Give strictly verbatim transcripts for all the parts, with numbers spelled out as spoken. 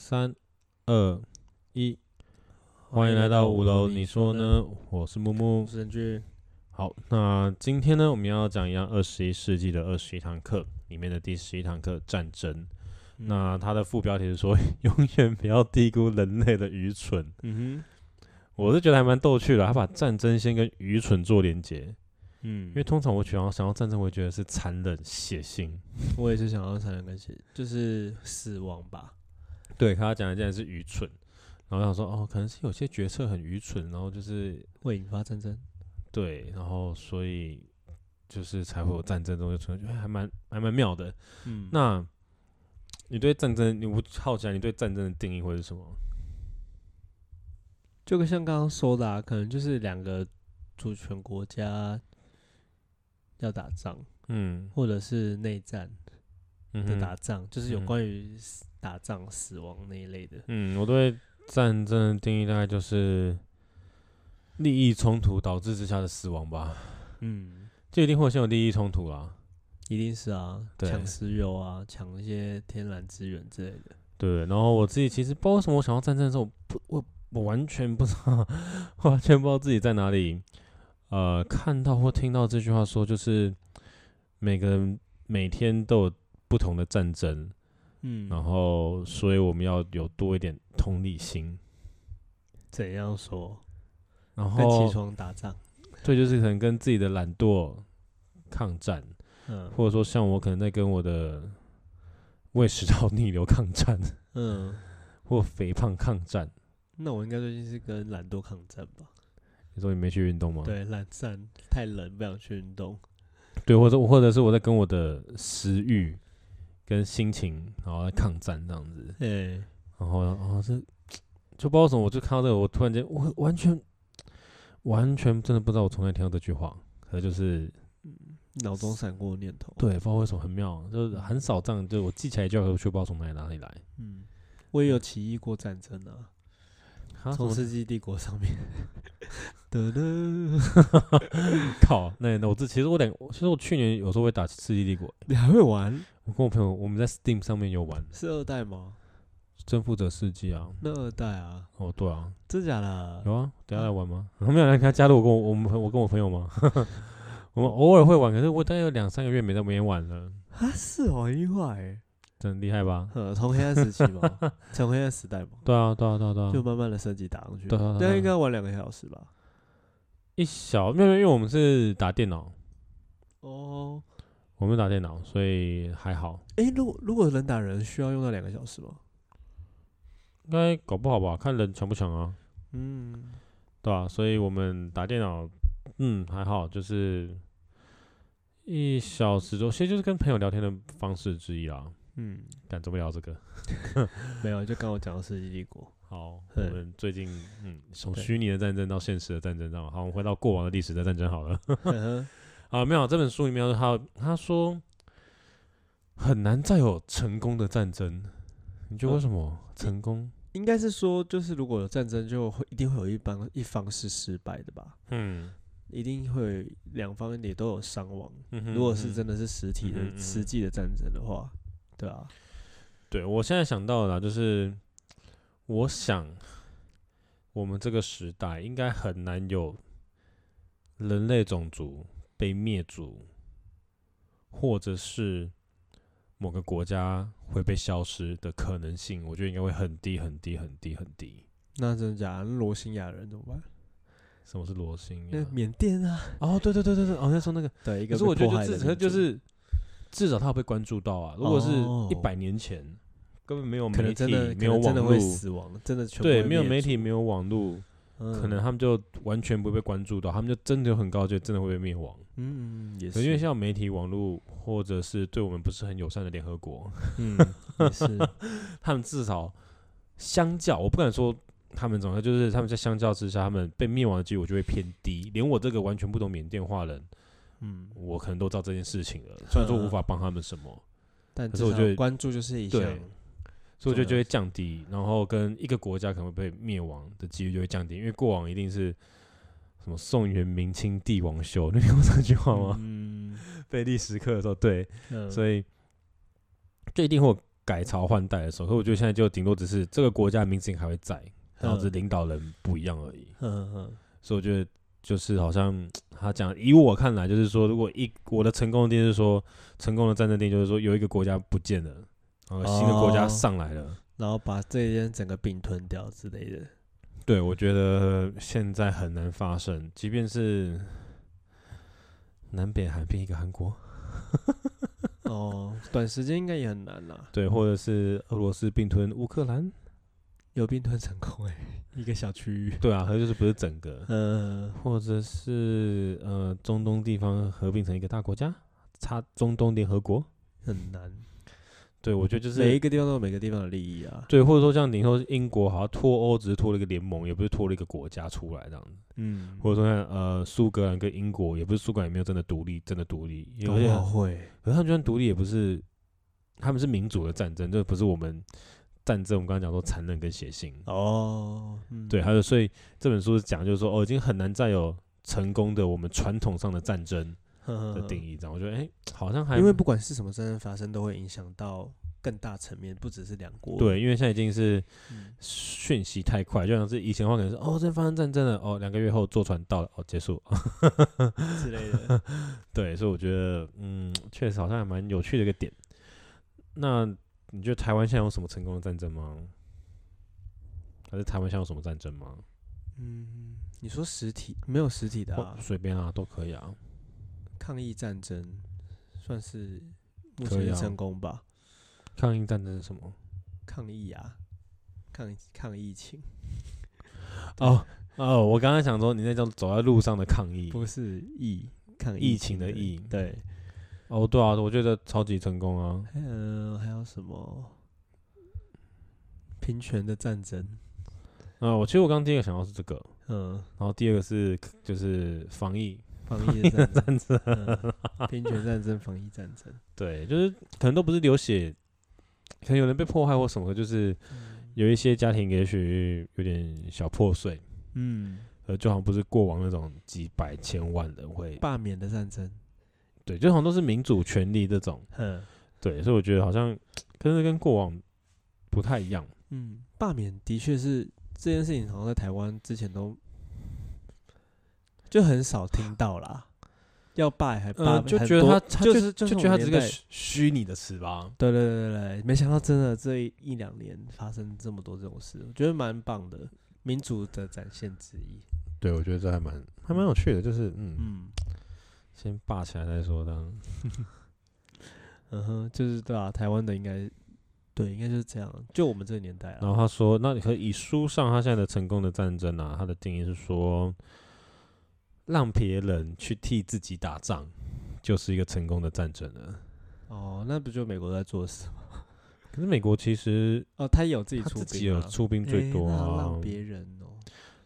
三、二、一，欢迎来到五楼。你说呢？我是木木， 我是任俊。 好，那今天呢，我们要讲一样二十一世纪的二十一堂课里面的第十一堂课战争。嗯、那它的副标题是说，永远不要低估人类的愚蠢。 嗯哼， 我是觉得还蛮逗趣的，他把战争先跟愚蠢做连结。 嗯， 因为通常我想要想要战争，我会觉得是残忍血腥。 我也是想要残忍跟血，就是死亡吧。 对，他讲的竟然是愚蠢，然后想说哦，可能是有些决策很愚蠢，然后就是会引发战争。 对，然后所以就是才会有战争这种存在，觉得还蛮还蛮妙的。嗯，那你对战争，你不好奇、啊、你对战争的定义会是什么？ 就跟像刚刚说的、啊，可能就是两个主权国家要打仗，嗯，或者是内战的打仗，嗯、就是有关于打仗、死亡那一类的。 嗯，我对战争的定义大概就是利益冲突导致之下的死亡吧。嗯，就一定会先有利益冲突啦。 一定是啊，抢石油啊，抢一些天然资源之类的。 对，然后我自己其实不知道为什么我想要战争的时候，我我我完全不知道，完全不知道自己在哪里，呃，看到或听到这句话说，就是每个人每天都有不同的战争，嗯，然后所以我们要有多一点同理心。 怎样说？ 然后跟起床打仗， 对，就是可能跟自己的懒惰抗战。嗯，或者说像我可能在跟我的胃食道逆流抗战，嗯，或肥胖抗战。 那我应该最近是跟懒惰抗战吧？ 你说你没去运动吗？ 对，懒散，太冷，不想去运动。 对，或者或者是我在跟我的食欲跟心情，然后在抗战这样子。对，然后然后这就不知道为什么，我就看到这个，我突然间我完全完全真的不知道我从哪听到这句话，可能就是。 脑中闪过念头， 对，不知道为什么很妙，就是很少这样，就我记起来就要却不知道从哪里哪里来。 嗯，我也有起义过战争啊，从世纪帝国上面。得得， 靠，那那我这其实我两，其实我去年有时候会打世纪帝国。 你还会玩？ 我跟我朋友我们在 Steam 上面有玩。 是二代吗？ 征服者世纪啊。 那二代啊？ 哦，对啊。 真假的？ 有啊，等一下来玩吗？我没有来跟他加入我跟我我们我跟我朋友吗？我们偶尔会玩，可是我大概有两三个月没在没玩了。 啊，是哦，很意外哎， 真厉害吧？ 呃，从黑暗时期嘛，从黑暗时代嘛。 对啊，对啊，对啊，对啊。 就慢慢的升级打上去。 对啊， 对啊，应该玩两个小时吧。 一小，没有，因为我们是打电脑。 哦。 我们打电脑，所以还好。 哎、欸，如果如果人打人，需要用到两个小时吗？ 应该搞不好吧，看人强不强啊。嗯。对啊，所以我们打电脑。嗯，还好，就是一小时多，其实就是跟朋友聊天的方式之一啦。嗯，敢怎么聊这个？ 没有，就刚我讲的世纪帝国。 好，我们最近嗯，从虚拟的战争到现实的战争，这样好，我们回到过往的历史的战争好了。啊，没有，这本书里面他他说很难再有成功的战争，你觉得为什么？嗯、成功？ 应该是说，就是如果有战争，就会一定会有一方一方是失败的吧？嗯。一定会两方也都有伤亡、嗯。如果是真的是实体的、嗯、实际的战争的话，对啊， 对我现在想到的啦，就是我想我们这个时代应该很难有人类种族被灭族，或者是某个国家会被消失的可能性，我觉得应该会很低很低很低很低。 那真的假的？罗兴亚人怎么办？ 什么是罗兴亚？缅甸啊！ 哦，对对对对对，哦，那时候那个， 对，一个可是我觉得就至就是至少他有被关注到啊。如果是一百年前、哦，根本没有媒体，没有网络， 会死亡，真的全部对，没有媒体，没有网络、嗯，可能他们就完全不会被关注到，他们就真的有很高，就真的会被灭亡。嗯，也是，因为像媒体、网络，或者是对我们不是很友善的联合国， 嗯，也是， 他们至少相较，我不敢说。他们总就是他们在相较之下，他们被灭亡的几率就会偏低。连我这个完全不懂缅甸话人，嗯，我可能都知道这件事情了。虽然说无法帮他们什么， 但可是我觉得关注就是一项， 对，所以我觉得就会降低。然后跟一个国家可能会被灭亡的几率就会降低，因为过往一定是什么宋元明清帝王秀，你听过这句话吗？嗯，背历史课的时候，对，嗯、所以就一定会有改朝换代的时候，可我觉得现在就顶多只是这个国家的名字还会在，然后只是领导人不一样而已。 嗯嗯， 所以我觉得就是好像他讲，以我看来就是说，如果一我的成功的定义是说，成功的战争定义就是说有一个国家不见了，然后新的国家上来了，哦、 然后把这边整个并吞掉之类的。 对，我觉得现在很难发生，即便是南北韩变一个韩国。 哦，短时间应该也很难啦。 对，或者是俄罗斯并吞乌克兰， 有并吞成功哎、欸，一个小区域。 对啊，可是就是不是整个， 嗯、呃， 或者是呃中东地方合并成一个大国家，插中东联合国， 很难。 对，我觉得就是每一个地方都有每个地方的利益啊。 对，或者说像你说英国好像脱欧只是脱了一个联盟，也不是脱了一个国家出来这样子。 嗯， 或者说像呃苏格兰跟英国，也不是苏格兰也没有真的独立，真的独立。有些会， 可是他们就算独立，也不是他们是民主的战争，这不是我们战争。我们刚刚讲说残忍跟血腥哦，嗯、 对，还有所以这本书是讲就是说哦，已经很难再有成功的我们传统上的战争。的定义，这样我觉得，哎、欸，好像还因为不管是什么战争发生，都会影响到更大层面，不只是两国。 对，因为现在已经是讯息太快，就像是以前的话，可能是哦，这发生战争了，哦，两个月后坐船到了，哦，结束之类的。 对，所以我觉得，嗯，确实好像还蛮有趣的一个点。那你觉得台湾现在有什么成功的战争吗？还是台湾现在有什么战争吗？ 嗯，你说实体没有实体的啊？ 随便啊，都可以啊。 抗疫战争算是目前的成功吧、啊？ 抗疫战争是什么？ 抗疫啊，抗抗疫情。 哦哦，我刚才想说，你那叫走在路上的抗议， 不是疫抗疫情的疫。 对。 哦，对啊，我觉得超级成功啊。 嗯、呃，还有什么？平权的战争。 啊、呃，我其实我刚刚第一个想到是这个， 嗯， 然后第二个是就是防疫。 防疫的战争， 嗯、 平权战争、防疫战争， 对，就是可能都不是流血，可能有人被迫害或什么，就是有一些家庭也许有点小破碎，嗯，呃，就好像不是过往那种几百千万人会罢免的战争， 对，就好像都是民主权利这种，嗯，对，所以我觉得好像跟跟过往不太一样， 嗯，罢免的确是这件事情，好像在台湾之前都。就很少听到啦，要罢还罢、 嗯，就觉得他他就是就觉得他只是个虚拟的词吧。 对对对对，没想到真的这一两年发生这么多这种事，我觉得蛮棒的，民主的展现之一。 对，我觉得这还蛮还蛮有趣的，就是嗯嗯，先罢起来再说，这样。 嗯哼，就是对啊，台湾的应该对，应该就是这样，就我们这个年代啊。 然后他说，那你可以书上他现在的成功的战争啊，他的定义是说。让别人去替自己打仗，就是一个成功的战争了。 哦，那不就美国在做事吗？ 可是美国其实哦，他也有自己出兵、啊， 他自己有出兵最多啊。 欸、让别人哦，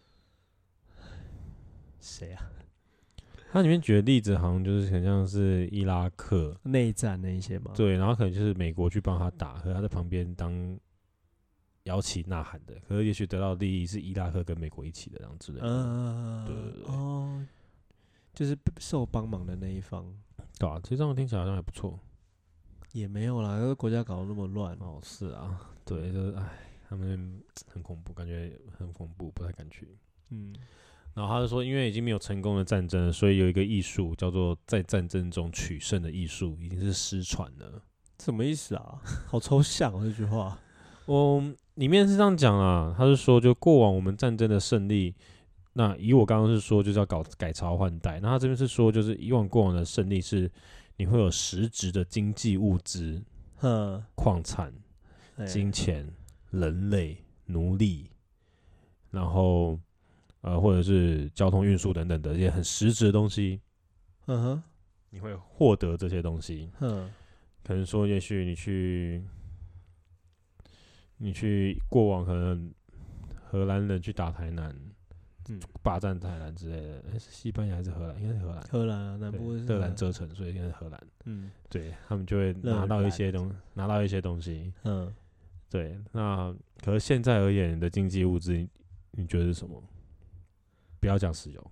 谁啊？ 他里面举的例子好像就是很像是伊拉克内战那一些嘛。 对，然后可能就是美国去帮他打，和他在旁边当摇旗呐喊的，可是也许得到的利益是伊拉克跟美国一起的这样之类的。嗯，对对对。 哦，就是受帮忙的那一方。 对啊，其实这样听起来好像还不错。 也没有啦，那个国家搞得那么乱。 哦，是啊，对，就是哎，他们很恐怖，感觉很恐怖，不太敢去。嗯。然后他就说，因为已经没有成功的战争了，所以有一个艺术叫做在战争中取胜的艺术，已经是失传了。 什么意思啊？好抽象哦，这句话。 我里面是这样讲啊，他是说，就过往我们战争的胜利，那以我刚刚是说，就是要搞改朝换代。那他这边是说，就是以往过往的胜利是你会有实质的经济物资、矿产、金钱、人类、奴隶，然后呃或者是交通运输等等的一些很实质的东西，嗯哼，你会获得这些东西。嗯，可能说，也许你去。你去过往可能荷兰人去打台南，嗯，霸占台南之类的，欸、是西班牙还是荷兰？应该是荷兰。 荷兰啊，南部是荷兰遮城，所以应该是荷兰。嗯，对他们就会拿到一些东，拿到一些东西。嗯，对。那可是现在而言，你的经济物资，你觉得是什么？不要讲石油。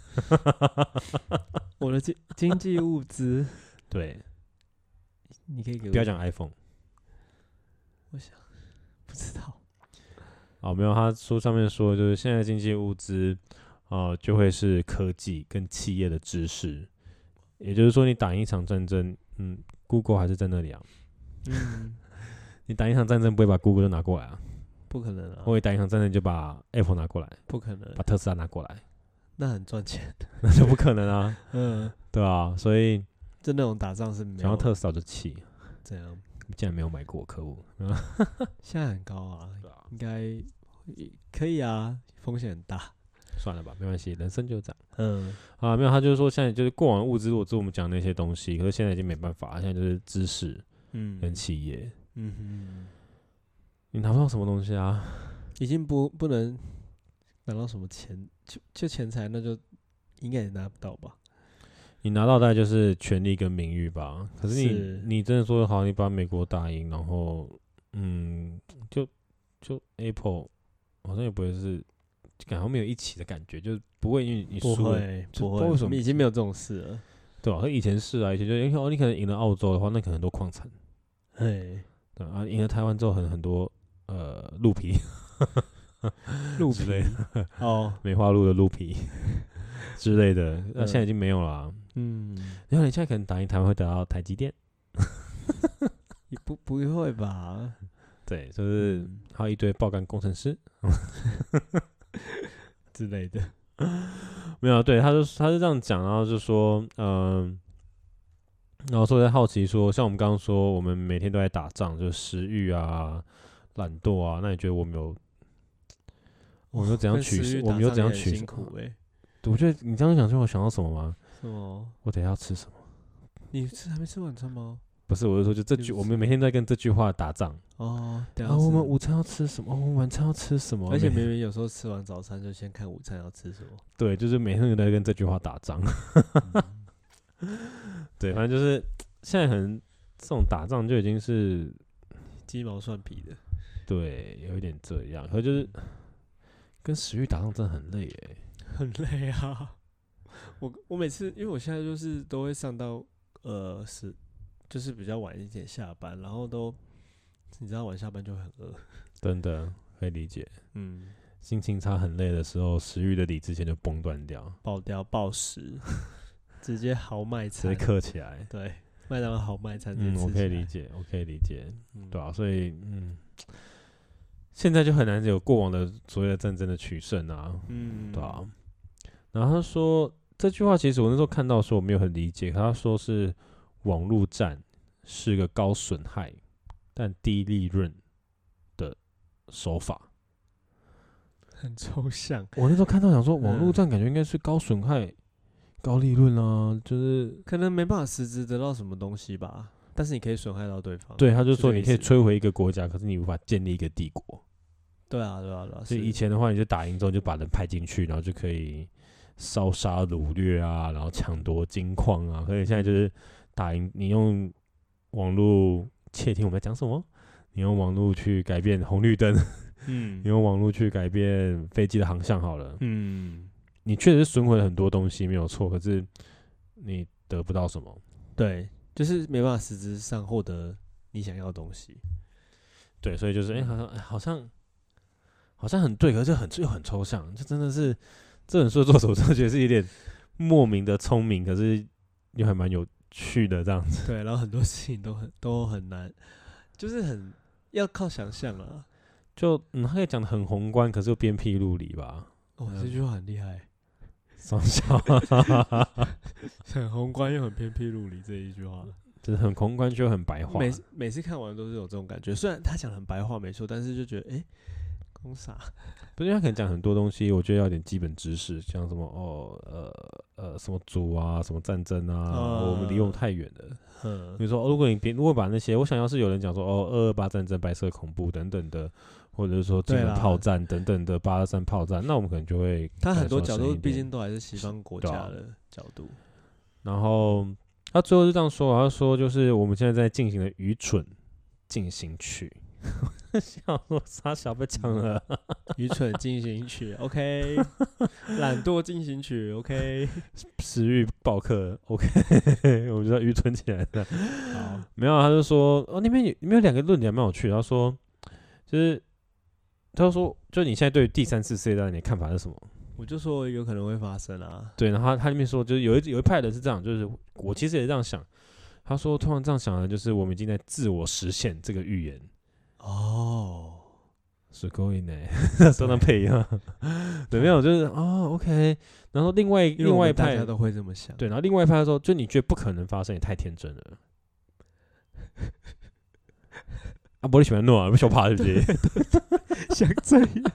我的经经济物资， 对， 你可以给我不要讲 iPhone。 我想不知道。 哦，没有，他书上面说，就是现在经济物资，呃，就会是科技跟企业的知识，也就是说，你打一场战争，嗯 ，Google 还是在那里啊。嗯，你打一场战争不会把 Google 就拿过来啊？ 不可能啊！ 或者打一场战争就把 Apple 拿过来？ 不可能， 把特斯拉拿过来？ 那很赚钱， 那就不可能啊。 嗯， 对啊，所以就那种打仗是没有。 想要特斯拉就气， 这样竟然没有买过，可恶！ 现在很高啊，应该可以啊，风险很大。 算了吧，没关系，人生就这样。 嗯， 啊，没有，他就是说现在就是过往物资，我知我们讲那些东西，可是现在已经没办法，现在就是知识，嗯，跟企业，嗯哼，你拿不到什么东西啊， 已经不不能拿到什么钱，就就钱财，那就应该也拿不到吧。 你拿到大概就是权力跟名誉吧。可是你是你真的说好，你把美国打赢，然后嗯，就就 Apple 好像也不会是，感觉没有一起的感觉，就是不会因为你输了， 不会，为什么已经没有这种事了？ 对吧？和以前是啊，以前就因为哦，你可能赢了澳洲的话，那可能很多矿产， 哎， 对啊，赢了台湾之后很很多呃鹿皮， 鹿皮之类的哦， 梅花鹿的鹿皮之类的，那、呃、现在已经没有了、啊。嗯，然后你现在可能打赢台湾会得到台积电， 也不不会吧？ 对，就是还有一堆爆肝工程师之类的， 没有，对，他就他是这样讲，然后就说，嗯，然后说在好奇说，像我们刚刚说，我们每天都在打仗，就是食欲啊、懒惰啊，那你觉得我们有，我们有怎样取，我们有怎样取辛苦哎？ 我觉得你这样讲，就我想到什么吗？ 什么？ 我等一下要吃什么？ 你吃还没吃晚餐吗？ 不是，我是说，就这句，我们每天都在跟这句话打仗。 哦， 然后、啊、我们午餐要吃什么？哦、我们晚餐要吃什么？ 而且明明有时候吃完早餐就先看午餐要吃什么。 对，就是每天都在跟这句话打仗。嗯、对，反正就是现在可能这种打仗就已经是鸡毛蒜皮的。 对，有一点这样。可是就是跟食欲打仗真的很累哎。 很累啊！我我每次因为我现在就是都会上到呃是就是比较晚一点下班，然后都你知道晚下班就很饿， 真的可以理解。嗯，心情差很累的时候，食欲的理智线就崩断掉， 爆掉暴食，直接豪迈餐， 直接嗑起来。 对，麦当劳豪迈餐。 嗯，我可以理解，我可以理解。嗯、对啊，所以嗯。现在就很难有过往的所谓的战争的取胜啊，嗯，对啊。然后他说这句话，其实我那时候看到的时候我没有很理解，他说是网络战是个高损害但低利润的手法， 很抽象。 我那时候看到想说，网络战感觉应该是高损害、嗯、高利润啊，就是可能没办法实质得到什么东西吧。但是你可以损害到对方。 对，他就说你可以摧毁一个国家，可是你无法建立一个帝国。 对啊，对啊，对啊。 所以以前的话，你就打赢之后就把人派进去，然后就可以烧杀掳掠啊，然后抢夺金矿啊。可是现在就是打赢，你用网络窃听我们在讲什么，你用网络去改变红绿灯，嗯，你用网络去改变飞机的航向好了，嗯，你确实损毁了很多东西，没有错，可是你得不到什么。 对。就是没办法实质上获得你想要的东西， 对，所以就是哎、欸，好像、欸、好像好像很对，可是很又很抽象，就真的是这本书的作者，我真的觉得是有点莫名的聪明，可是又还蛮有趣的这样子。 对，然后很多事情都很都很难，就是很要靠想象啊。 就嗯，他可以讲的很宏观，可是又鞭辟入里吧。 哦，这句话很厉害。 双笑， 很宏观又很偏僻入里这一句话， 就是很宏观就很白话。 每每次看完都是有这种感觉，虽然他讲很白话没错，但是就觉得哎，公傻。 不是，他可能讲很多东西，我觉得要点基本知识，像什么哦呃呃什么族啊，什么战争啊，呃、我们离我们太远了。嗯，比如说、哦，如果你别如果把那些，我想要是有人讲说哦二二八战争、白色恐怖等等的。或者是说金门炮战等等的八二三炮战，那我们可能就会他很多角度毕竟都还是西方国家的角度。 然后他最后是这样说，他说就是我们现在在进行的愚蠢进行曲，想说傻小被抢了， 愚蠢进行曲 ，OK， 懒惰进行曲 ，OK， 食欲报课 OK， 我就要愚蠢起来的。 好， 没有，他就说哦，那边有里面有两个论点蛮有趣的。他说，就是他就说，就你现在对第三次世界大战你的看法是什么？ 我就说有可能会发生啊。 对，然后他他里面说，就是有一有一派人是这样，就是我其实也这样想。他说，通常这样想的，就是我们已经在自我实现这个预言。 哦。 是够硬呢，相当配啊。对，没有，就是哦 ，OK。然后另外另外一派大家都会这么想， 对，然后另外一派说，就你觉得不可能发生，也太天真了。啊，不，你喜欢诺啊，不小怕是不是？ 想这样，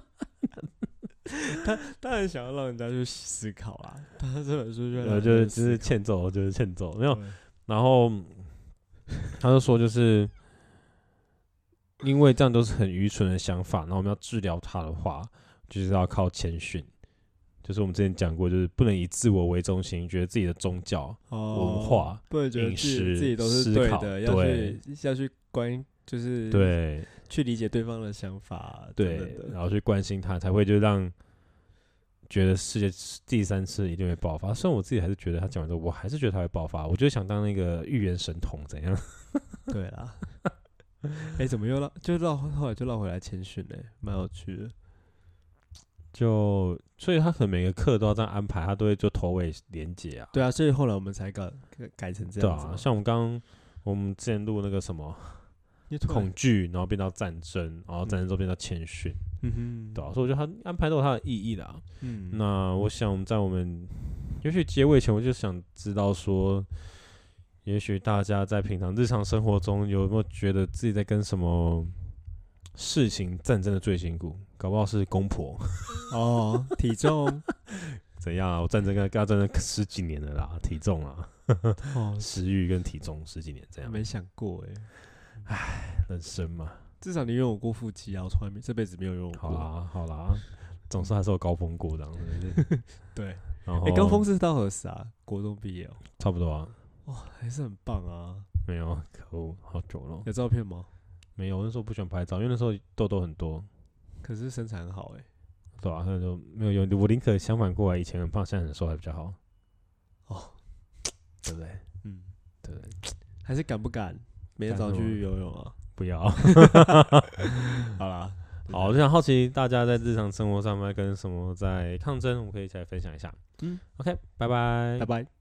他当然想要让人家去思考啊。他这本书就呃，就是就是欠揍，就是欠揍，没有。然后他就说，就是。因为这样都是很愚蠢的想法，然后我们要治疗它的话，就是要靠谦逊。就是我们之前讲过，就是不能以自我为中心，觉得自己的宗教、哦、文化、 不能觉得自己自己都是对的，要去要去关，就是对， 去理解对方的想法， 对， 等等的， 然后去关心他，才会就让觉得世界第三次一定会爆发。虽然我自己还是觉得他讲完之后，我还是觉得他会爆发。我就想当那个预言神童怎样？ 对啦。哎、欸，怎么又绕？就绕后来就绕回来谦逊嘞，蛮有趣的。 就所以他可能每个课都要这样安排，他都会就头尾连结啊。 对啊，所以后来我们才改改成这样子。 对啊，像我们刚我们之前录那个什么恐惧，然后变到战争，然后战争之后变到谦逊。嗯哼，对啊，所以我觉得他安排都有他的意义啦。嗯，那我想在我们也许结尾前，我就想知道说。也许大家在平常日常生活中有没有觉得自己在跟什么事情战争的最辛苦？搞不好是公婆哦，体重怎样啊？我战争跟跟他战争十几年了啦，体重啊，哦、食欲跟体重十几年这样， 没想过哎、 欸，唉，人生嘛， 至少你拥有过腹肌啊，我从来没这辈子没有拥有过。 好啦好啦，总是还是有高峰过这样子。 对，哎、欸，高峰是到何时啊？国中毕业哦、喔， 差不多啊。 哇，还是很棒啊！ 没有，可恶，好久了。 有照片吗？ 没有，那时候不喜欢拍照，因为那时候痘痘很多。 可是身材很好哎、欸。 对啊，那时候没有有，我宁可相反过来，以前很胖，现在很瘦还比较好。哦，对不对？嗯，对不对？ 还是敢不敢？每天早去游泳啊？ 不要。 好啦， 好，我就想好奇大家在日常生活上面跟什么在抗争，我们可以一起来分享一下。嗯 ，OK， 拜拜， 拜拜。